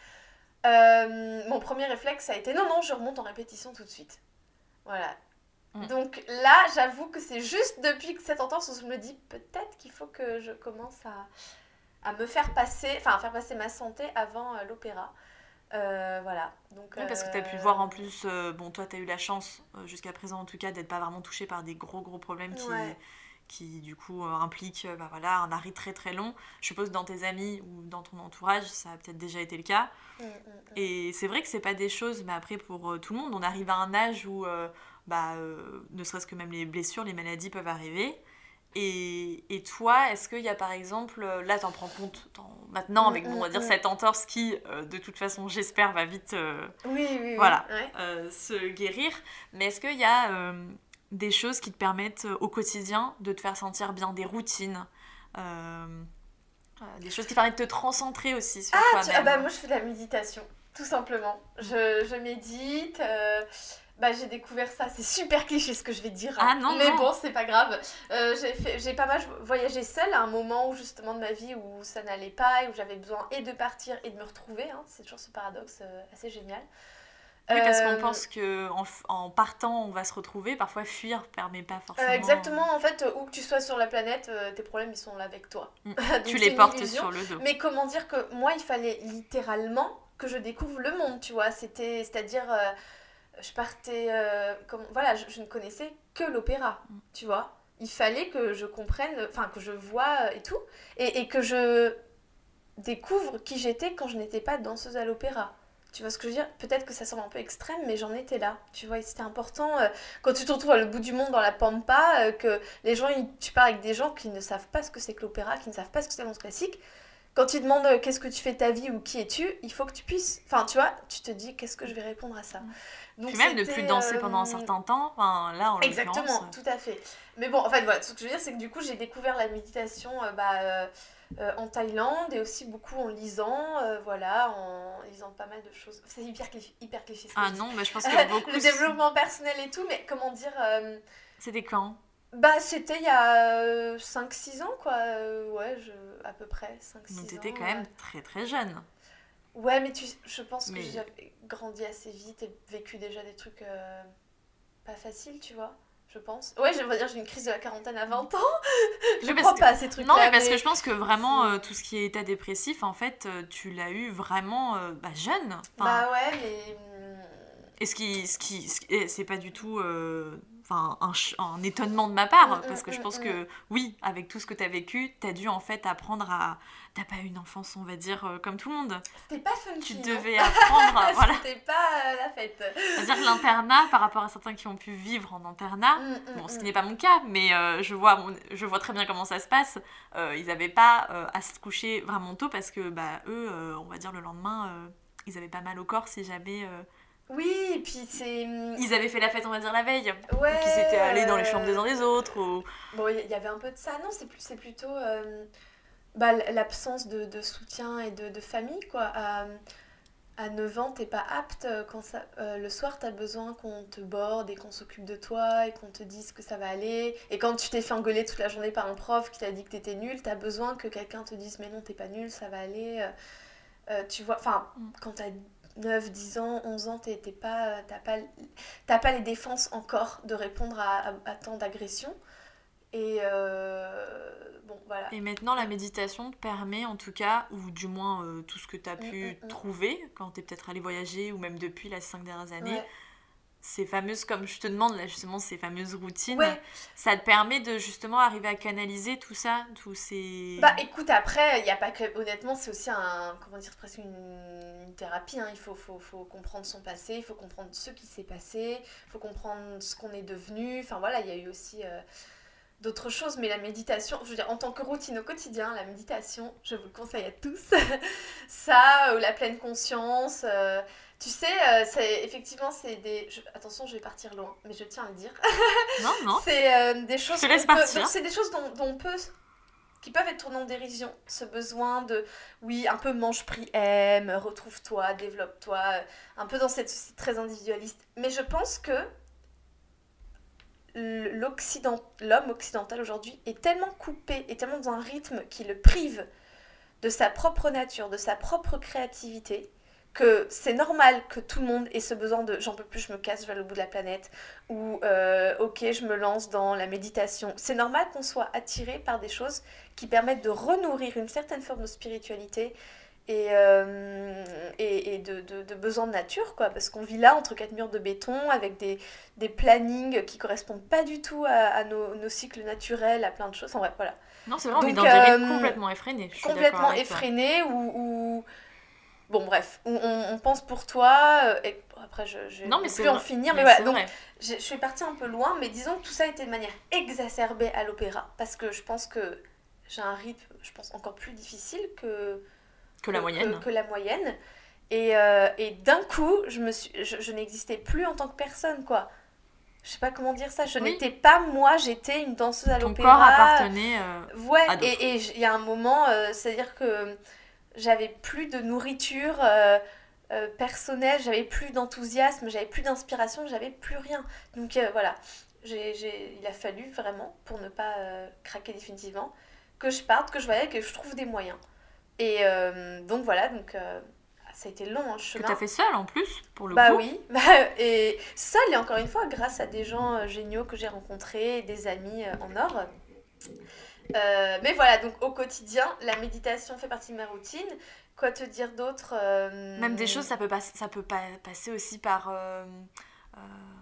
Euh, mon premier réflexe a été non non je remonte en répétition tout de suite, voilà. mm. Donc là j'avoue que c'est juste depuis que cette entorse où je me dis peut-être qu'il faut que je commence à, à me faire passer enfin à faire passer ma santé avant euh, l'opéra, euh, voilà. Donc, oui, parce que tu as pu euh... voir en plus euh, bon toi tu as eu la chance euh, jusqu'à présent en tout cas d'être pas vraiment touchée par des gros gros problèmes qui ouais. qui du coup euh, implique euh, bah, voilà, un arrêt très très long. Je suppose dans tes amis ou dans ton entourage, ça a peut-être déjà été le cas. Mmh, mmh, mmh. Et c'est vrai que c'est pas des choses, mais après pour euh, tout le monde, on arrive à un âge où euh, bah, euh, ne serait-ce que même les blessures, les maladies peuvent arriver. Et, et toi, est-ce qu'il y a par exemple, là t'en prends compte t'en, maintenant avec mmh, on va dire mmh. cette entorse qui euh, de toute façon j'espère va vite euh, oui, oui, voilà, oui, ouais. euh, se guérir, mais est-ce qu'il y a euh, des choses qui te permettent euh, au quotidien de te faire sentir bien, des routines, euh, euh, des choses qui permettent de te transcentrer aussi sur ah, toi-même. Tu, ah bah moi je fais de la méditation, tout simplement. Je, je médite, euh, bah j'ai découvert ça, c'est super cliché ce que je vais dire, hein. Ah non, mais non. bon c'est pas grave. Euh, j'ai, fait, j'ai pas mal voyagé seule à un moment où justement de ma vie où ça n'allait pas et où j'avais besoin et de partir et de me retrouver, hein. C'est toujours ce paradoxe euh, assez génial. Oui, parce qu'on Euh, pense qu'en en partant, on va se retrouver. Parfois, fuir permet pas forcément... Euh, exactement, en fait, où que tu sois sur la planète, euh, tes problèmes, ils sont là avec toi. Mm. Donc, Tu c'est les une portes illusion. sur le dos. Mais comment dire que moi, il fallait littéralement que je découvre le monde, tu vois. C'était, c'est-à-dire, euh, je partais... euh, comme, voilà, je, je ne connaissais que l'opéra, Mm. tu vois. Il fallait que je comprenne, enfin, que je vois euh, et tout, et, et que je découvre qui j'étais quand je n'étais pas danseuse à l'opéra. Tu vois ce que je veux dire? Peut-être que ça semble un peu extrême, mais j'en étais là. Tu vois, et c'était important. euh, quand tu te retrouves à l'autre bout du monde dans la pampa, euh, que les gens, ils- tu parles avec des gens qui ne savent pas ce que c'est que l'opéra, qui ne savent pas ce que c'est la danse classique. Quand ils demandent euh, qu'est-ce que tu fais de ta vie ou qui es-tu, il faut que tu puisses. Enfin, tu vois, tu te dis qu'est-ce que je vais répondre à ça. Donc, Puis même de c'était, plus danser euh, pendant un certain temps, enfin, là, en Exactement, l'occurrence... tout à fait. Mais bon, en fait, voilà, ce que je veux dire, c'est que du coup, j'ai découvert la méditation euh, bah, euh, euh, en Thaïlande et aussi beaucoup en lisant, euh, voilà, en lisant pas mal de choses. C'est hyper cliché, hyper cliché ce que Ah je dis. non, mais je pense que beaucoup... Le développement personnel et tout, mais comment dire... euh, C'était quand? Bah, c'était il y a euh, cinq six ans, quoi. Euh, ouais, je... à peu près cinq six ans. Donc t'étais quand ouais. même très très jeune. Ouais, mais tu... je pense Mais- que j'avais grandi assez vite et vécu déjà des trucs euh, pas faciles, tu vois. Je pense. Ouais, je vais dire, j'ai une crise de la quarantaine à vingt ans. Je Oui, parce crois que- pas à ces trucs-là. Non, mais parce mais- que je pense que vraiment, euh, tout ce qui est état dépressif, en fait, euh, tu l'as eu vraiment euh, bah, jeune. Enfin, Bah ouais, mais... hum, Et ce qui, ce qui, ce qui- et c'est pas du tout euh, enfin, un, ch- un étonnement de ma part, Mm, parce que mm, je pense mm, que oui, avec tout ce que t'as vécu, t'as dû en fait apprendre à... T'as pas eu une enfance, on va dire, euh, comme tout le monde. C'était pas funky, Tu non devais apprendre, voilà. C'était pas euh, la fête. C'est-à-dire que l'internat, par rapport à certains qui ont pu vivre en internat, Mm, mm, bon, ce mm. qui n'est pas mon cas, mais euh, je, vois mon- je vois très bien comment ça se passe, euh, ils n'avaient pas euh, à se coucher vraiment tôt parce que bah, eux, euh, on va dire le lendemain, euh, ils avaient pas mal au corps si jamais... euh, Oui, et puis c'est... hum, ils avaient fait la fête, on va dire, la veille. Ouais, ou qu'ils étaient allés dans les euh, chambres des uns des autres. Ou... Bon, il y y avait un peu de ça. Non, c'est plus, c'est plutôt euh, bah, l- l'absence de, de soutien et de, de famille, quoi. À, à neuf ans, t'es pas apte. euh, Quand ça, euh, le soir, t'as besoin qu'on te borde et qu'on s'occupe de toi et qu'on te dise que ça va aller. Et quand tu t'es fait engueuler toute la journée par un prof qui t'a dit que t'étais nul, t'as besoin que quelqu'un te dise « Mais non, t'es pas nul, ça va aller. euh, ». Euh, tu vois, enfin, quand t'as neuf, dix ans, onze ans, t'es, t'es pas, t'as, pas, t'as pas les défenses encore de répondre à, à, à tant d'agressions. Et euh, bon, voilà. Et maintenant, la méditation te permet, en tout cas, ou du moins euh, tout ce que tu as pu Mm, mm, mm. trouver quand tu es peut-être allé voyager, ou même depuis les cinq dernières années, Ouais. ces fameuses, comme je te demande là justement, ces fameuses routines, Ouais. ça te permet de justement arriver à canaliser tout ça, tous ces... Bah écoute, après, il n'y a pas que... Honnêtement, c'est aussi un... Comment dire, presque une, une thérapie. Hein. Il faut, faut, faut comprendre son passé, il faut comprendre ce qui s'est passé, il faut comprendre ce qu'on est devenu. Enfin voilà, il y a eu aussi... euh, d'autres choses, mais la méditation, je veux dire, en tant que routine au quotidien, la méditation, je vous le conseille à tous. Ça, euh, la pleine conscience, euh, tu sais, euh, c'est, effectivement, c'est des... je- attention, je vais partir loin, mais je tiens à le dire. Non, non. C'est euh, des choses... Je te laisse qu'on peut- partir. donc, c'est des choses dont, dont on peut... qui peuvent être tournées en dérision. Ce besoin de, oui, un peu mange, prie, aime, retrouve-toi, développe-toi, euh, un peu dans cette société très individualiste. Mais je pense que l'Occident, l'homme occidental aujourd'hui est tellement coupé, est tellement dans un rythme qui le prive de sa propre nature, de sa propre créativité, que c'est normal que tout le monde ait ce besoin de j'en peux plus, je me casse, je vais à l'autre bout de la planète, ou euh, ok, je me lance dans la méditation. C'est normal qu'on soit attiré par des choses qui permettent de renourrir une certaine forme de spiritualité et, euh, et, et de, de, de besoin de nature, quoi, parce qu'on vit là entre quatre murs de béton avec des, des plannings qui correspondent pas du tout à, à nos, nos cycles naturels, à plein de choses. En bref, voilà. Non, c'est vrai, on est Donc, dans des rythmes euh, complètement effrénés. Je suis d'accord complètement avec toi. effréné ou, ou bon bref on, on, on pense pour toi euh, et après je, je vais Non, mais non c'est plus en vrai. finir Mais mais, c'est voilà donc vrai. je, je suis partie un peu loin mais disons que tout ça a été de manière exacerbée à l'opéra parce que je pense que j'ai un rythme je pense encore plus difficile que Que la moyenne. que, que la moyenne et, euh, et d'un coup je me suis je, je n'existais plus en tant que personne quoi. Je sais pas comment dire ça, je Oui. n'étais pas moi, j'étais une danseuse à Ton l'opéra. corps appartenait euh, Ouais, à d'autres. et il y a un moment, euh, c'est-à-dire que j'avais plus de nourriture euh, euh, personnelle, j'avais plus d'enthousiasme, j'avais plus d'inspiration, j'avais plus rien. Donc euh, voilà, j'ai, j'ai, il a fallu vraiment, pour ne pas euh, craquer définitivement, que je parte, que je voyais, que je trouve des moyens. Et euh, donc voilà, donc... Euh, ça a été long, un chemin. Que t'as fait seule en plus, pour le bah coup. Bah oui, bah, et seule, et encore une fois, grâce à des gens euh, géniaux que j'ai rencontrés, des amis euh, en or. Euh, mais voilà, donc au quotidien, la méditation fait partie de ma routine. Quoi te dire d'autre euh... Même des choses, ça peut, pas, ça peut pas passer aussi par... Euh, euh,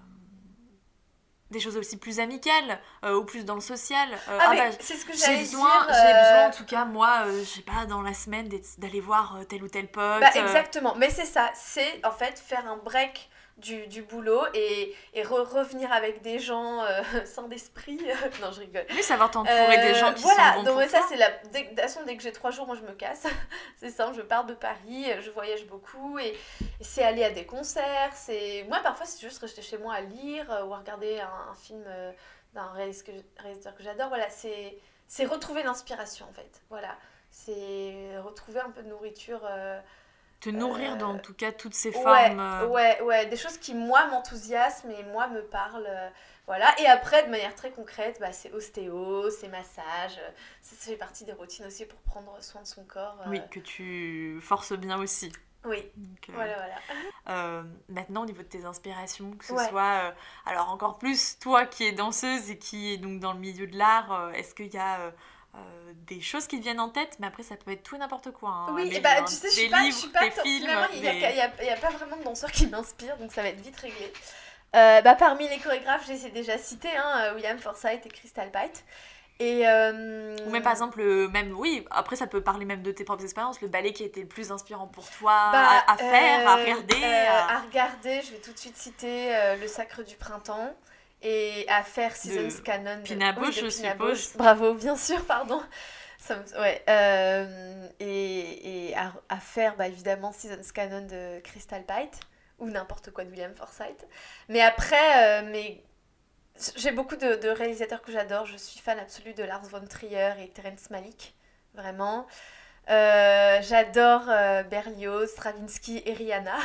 des choses aussi plus amicales euh, ou plus dans le social. Euh, ah, ah mais bah, c'est ce que j'ai j'allais besoin, dire. J'ai euh... besoin, en tout cas, moi, euh, je sais pas, dans la semaine, d'aller voir tel ou tel pote. Bah, exactement, mais c'est ça, c'est en fait faire un break du, du boulot et, et re revenir avec des gens euh, sains d'esprit. Non, je rigole. Oui, savoir t'entourer euh, des gens qui voilà, sont bons donc pour ça, toi. c'est la... Dès, de toute façon, dès que j'ai trois jours, moi, je me casse. C'est simple, je pars de Paris, je voyage beaucoup et, et c'est aller à des concerts. C'est moi, parfois, c'est juste rester chez moi à lire ou à regarder un, un film euh, d'un réalisateur que j'adore. Voilà, c'est c'est retrouver l'inspiration, en fait. Voilà, c'est retrouver un peu de nourriture... Euh, te nourrir euh, dans en tout cas toutes ces ouais, formes euh... ouais ouais des choses qui moi m'enthousiasment et moi me parlent euh, voilà. Et après de manière très concrète bah, c'est ostéo, c'est massage, ça, ça fait partie des routines aussi pour prendre soin de son corps euh... oui, que tu forces bien aussi. Oui, donc, euh, voilà, voilà. Euh, maintenant, au niveau de tes inspirations, que ce ouais. soit... Euh, alors, encore plus, toi qui es danseuse et qui est donc dans le milieu de l'art, euh, est-ce qu'il y a... Euh, Euh, des choses qui te viennent en tête, mais après ça peut être tout et n'importe quoi. Hein. Oui, des, et bah hein, tu sais, je des suis pas, livres, je suis pas des films. Il des... n'y a, a, a, a pas vraiment de danseurs qui m'inspirent, donc ça va être vite réglé. Euh, bah, parmi les chorégraphes, j'ai déjà cité hein, William Forsythe et Crystal Pite. Et euh... Ou même par exemple, même, oui, après ça peut parler même de tes propres expériences, le ballet qui a été le plus inspirant pour toi bah, à, à faire, euh, à regarder. Euh, à... à regarder, je vais tout de suite citer euh, Le Sacre du Printemps. Et à faire Seasons Canon. Pina Bausch, oui, je Pina suppose. Bausch. Bravo, bien sûr, pardon. Ça me... ouais, euh, et, et à, à faire bah, évidemment Seasons Canon de Crystal Pite ou n'importe quoi de William Forsythe. Mais après, euh, mais... j'ai beaucoup de, de réalisateurs que j'adore. Je suis fan absolue de Lars von Trier et Terrence Malick, vraiment. Euh, j'adore euh, Berlioz, Stravinsky et Rihanna.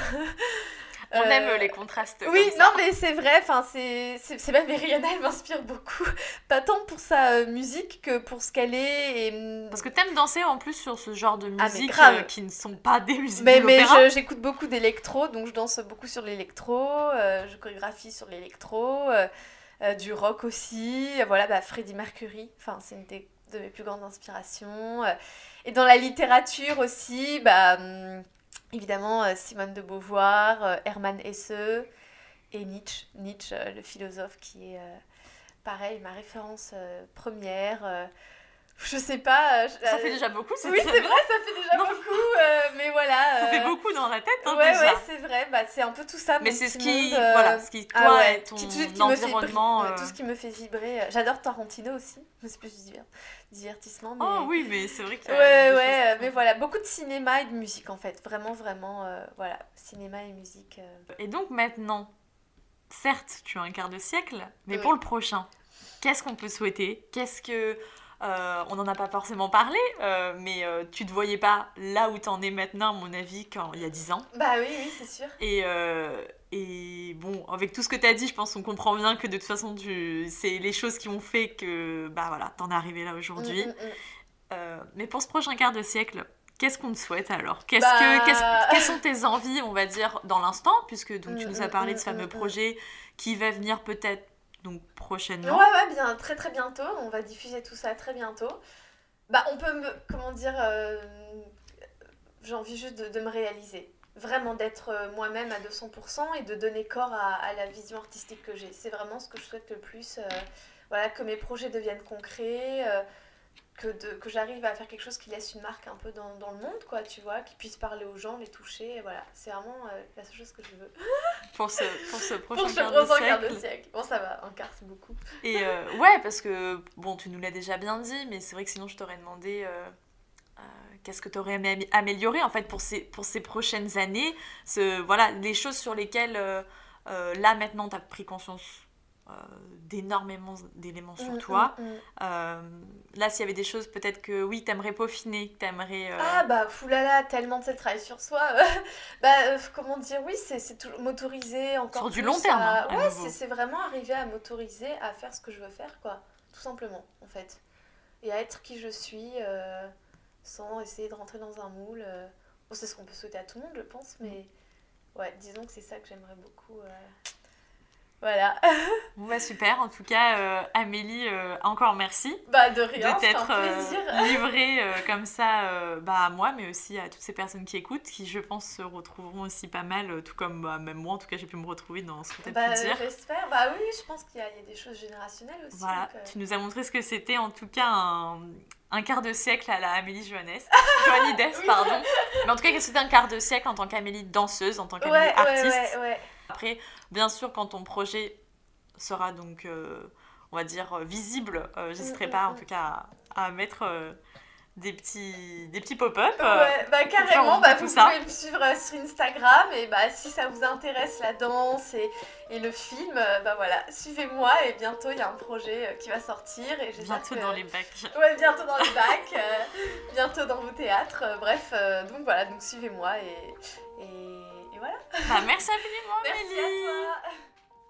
On euh, aime les contrastes. Oui, comme non, ça. mais c'est vrai, enfin, c'est, c'est, c'est même Rihanna, elle m'inspire beaucoup. Pas tant pour sa euh, musique que pour ce qu'elle est. Et... Parce que t'aimes danser en plus sur ce genre de musique ah, euh, qui ne sont pas des musiques mais, de mais l'opéra. Mais j'écoute beaucoup d'électro, donc je danse beaucoup sur l'électro, euh, je chorégraphie sur l'électro, euh, euh, du rock aussi. Voilà, bah, Freddie Mercury, enfin, c'est une des, de mes plus grandes inspirations. Euh, et dans la littérature aussi, bah... Hum, évidemment, euh, Simone de Beauvoir, euh, Hermann Hesse et Nietzsche, Nietzsche euh, le philosophe qui est, euh, pareil, ma référence euh, première. Euh, je sais pas... Euh, ça euh, fait déjà beaucoup, c'est Oui, c'est vrai, ça fait déjà non. beaucoup, euh, mais voilà... Ça euh, fait beaucoup dans la tête, hein, ouais, déjà. Ouais, c'est vrai, bah, c'est un peu tout ça. Mais c'est ce qui, monde, euh... voilà, ce qui, toi, ah ouais, est ton qui, tout, qui environnement... Me fait, euh... tout ce qui me fait vibrer. J'adore Tarantino aussi, c'est plus du divertissement. Mais... Oh oui, mais c'est vrai que... Ouais, ouais, mais voilà, beaucoup de cinéma et de musique, en fait. Vraiment, vraiment, euh, voilà, cinéma et musique. Euh... Et donc, maintenant, certes, tu as un quart de siècle, mais oui. pour le prochain, qu'est-ce qu'on peut souhaiter ? Qu'est-ce que... Euh, on n'en a pas forcément parlé, euh, mais euh, tu te voyais pas là où t'en es maintenant, à mon avis, quand il y a dix ans. Bah oui, oui, c'est sûr. Et, euh, et bon, avec tout ce que t'as dit, je pense qu'on comprend bien que de toute façon, tu... c'est les choses qui ont fait que bah voilà, t'en es arrivé là aujourd'hui. Mmh, mmh, mmh. Euh, mais pour ce prochain quart de siècle, qu'est-ce qu'on te souhaite alors ? Qu'est-ce bah... que, qu'est-ce, Quelles sont tes envies, on va dire, dans l'instant, puisque donc, tu mmh, nous as parlé mmh, de ce fameux mmh, projet qui va venir peut-être donc prochainement. Ouais, ouais, bien, très très bientôt. On va diffuser tout ça très bientôt. Bah, on peut me, comment dire, euh, j'ai envie juste de, de me réaliser. Vraiment d'être moi-même à deux cents pour cent et de donner corps à, à la vision artistique que j'ai. C'est vraiment ce que je souhaite le plus. Euh, voilà, que mes projets deviennent concrets, euh, que, de, que j'arrive à faire quelque chose qui laisse une marque un peu dans, dans le monde, quoi, tu vois, qui puisse parler aux gens, les toucher. Et voilà, c'est vraiment euh, la seule chose que je veux. Pour ce, pour ce prochain pour ce quart, prochain de quart de siècle. Bon, ça va, un quart, c'est beaucoup. Et euh, ouais, parce que, bon, tu nous l'as déjà bien dit, mais c'est vrai que sinon, je t'aurais demandé euh, euh, qu'est-ce que tu aurais aimé améliorer, en fait, pour ces, pour ces prochaines années. Ce, voilà, les choses sur lesquelles, euh, euh, là, maintenant, tu as pris conscience euh, d'énormément d'éléments sur mmh, toi. Mmh, mmh. Euh, là, s'il y avait des choses, peut-être que, oui, t'aimerais peaufiner, que t'aimerais... Euh... Ah, bah, foulala, tellement de travail sur soi. bah, euh, comment dire, oui, c'est, c'est tout, m'autoriser encore sur plus du long terme, à... hein, ouais, c'est, c'est vraiment arriver à m'autoriser à faire ce que je veux faire, quoi. Tout simplement, en fait. Et à être qui je suis, euh, sans essayer de rentrer dans un moule. Euh... Bon, c'est ce qu'on peut souhaiter à tout le monde, je pense, mais ouais, disons que c'est ça que j'aimerais beaucoup. Euh... Voilà. Bon bah super, en tout cas euh, Amélie, euh, encore merci bah, de, rien, de t'être un plaisir. Euh, livrée euh, comme ça euh, bah, à moi, mais aussi à toutes ces personnes qui écoutent, qui je pense se retrouveront aussi pas mal, euh, tout comme bah, même moi en tout cas j'ai pu me retrouver dans ce que tu as bah, pu dire. J'espère, bah oui, je pense qu'il y a, il y a des choses générationnelles aussi. Voilà, donc, euh... tu nous as montré ce que c'était en tout cas un, un quart de siècle à la Amélie Joannès, Joannides, oui. pardon. Mais en tout cas, c'était un quart de siècle en tant qu'Amélie danseuse, en tant qu'Amélie ouais, artiste. Ouais, ouais, ouais. Après, bien sûr, quand ton projet sera donc, euh, on va dire, visible, euh, j'hésiterai pas en tout cas à, à mettre euh, des, petits, des petits pop-up. Euh, ouais, bah carrément, bah, vous pouvez ça. me suivre euh, sur Instagram et bah, si ça vous intéresse la danse et, et le film, euh, bah voilà, suivez-moi et bientôt il y a un projet euh, qui va sortir. Et bientôt que... dans les bacs. Ouais, bientôt dans les bacs, euh, bientôt dans vos théâtres, euh, bref, euh, donc voilà, donc suivez-moi et, et, et voilà. Bah, merci infiniment, Merci Amélie. à toi.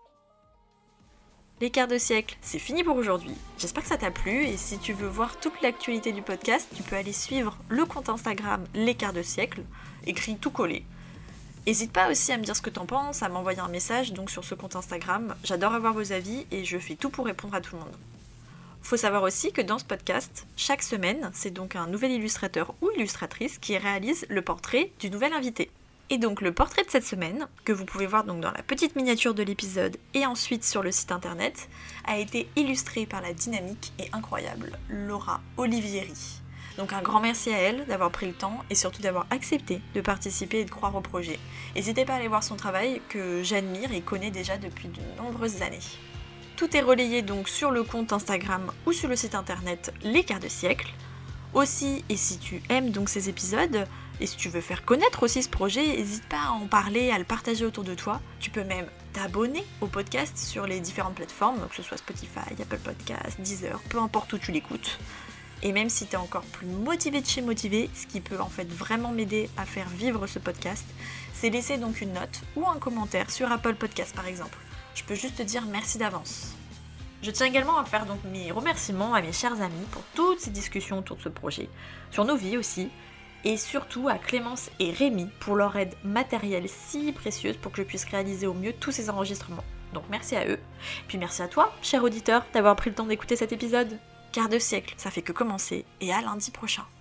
Les quarts de siècle, c'est fini pour aujourd'hui. J'espère que ça t'a plu et si tu veux voir toute l'actualité du podcast, tu peux aller suivre le compte Instagram Les quarts de siècle, écrit tout collé. N'hésite pas aussi à me dire ce que t'en penses, à m'envoyer un message donc sur ce compte Instagram. J'adore avoir vos avis et je fais tout pour répondre à tout le monde. Faut savoir aussi que dans ce podcast, chaque semaine, c'est donc un nouvel illustrateur ou illustratrice qui réalise le portrait du nouvel invité. Et donc le portrait de cette semaine, que vous pouvez voir donc dans la petite miniature de l'épisode et ensuite sur le site internet, a été illustré par la dynamique et incroyable Laura Olivieri. Donc un grand merci à elle d'avoir pris le temps et surtout d'avoir accepté de participer et de croire au projet. N'hésitez pas à aller voir son travail que j'admire et connais déjà depuis de nombreuses années. Tout est relayé donc sur le compte Instagram ou sur le site internet Les Quarts de Siècle. Aussi, et si tu aimes donc ces épisodes, et si tu veux faire connaître aussi ce projet, n'hésite pas à en parler, à le partager autour de toi. Tu peux même t'abonner au podcast sur les différentes plateformes, que ce soit Spotify, Apple Podcasts, Deezer, peu importe où tu l'écoutes. Et même si tu es encore plus motivé de chez motivé, ce qui peut en fait vraiment m'aider à faire vivre ce podcast, c'est laisser donc une note ou un commentaire sur Apple Podcasts par exemple. Je peux juste te dire merci d'avance. Je tiens également à faire donc mes remerciements à mes chers amis pour toutes ces discussions autour de ce projet, sur nos vies aussi, et surtout à Clémence et Rémi pour leur aide matérielle si précieuse pour que je puisse réaliser au mieux tous ces enregistrements. Donc merci à eux. Puis merci à toi, cher auditeur, d'avoir pris le temps d'écouter cet épisode. Quart de siècle, ça fait que commencer, et à lundi prochain.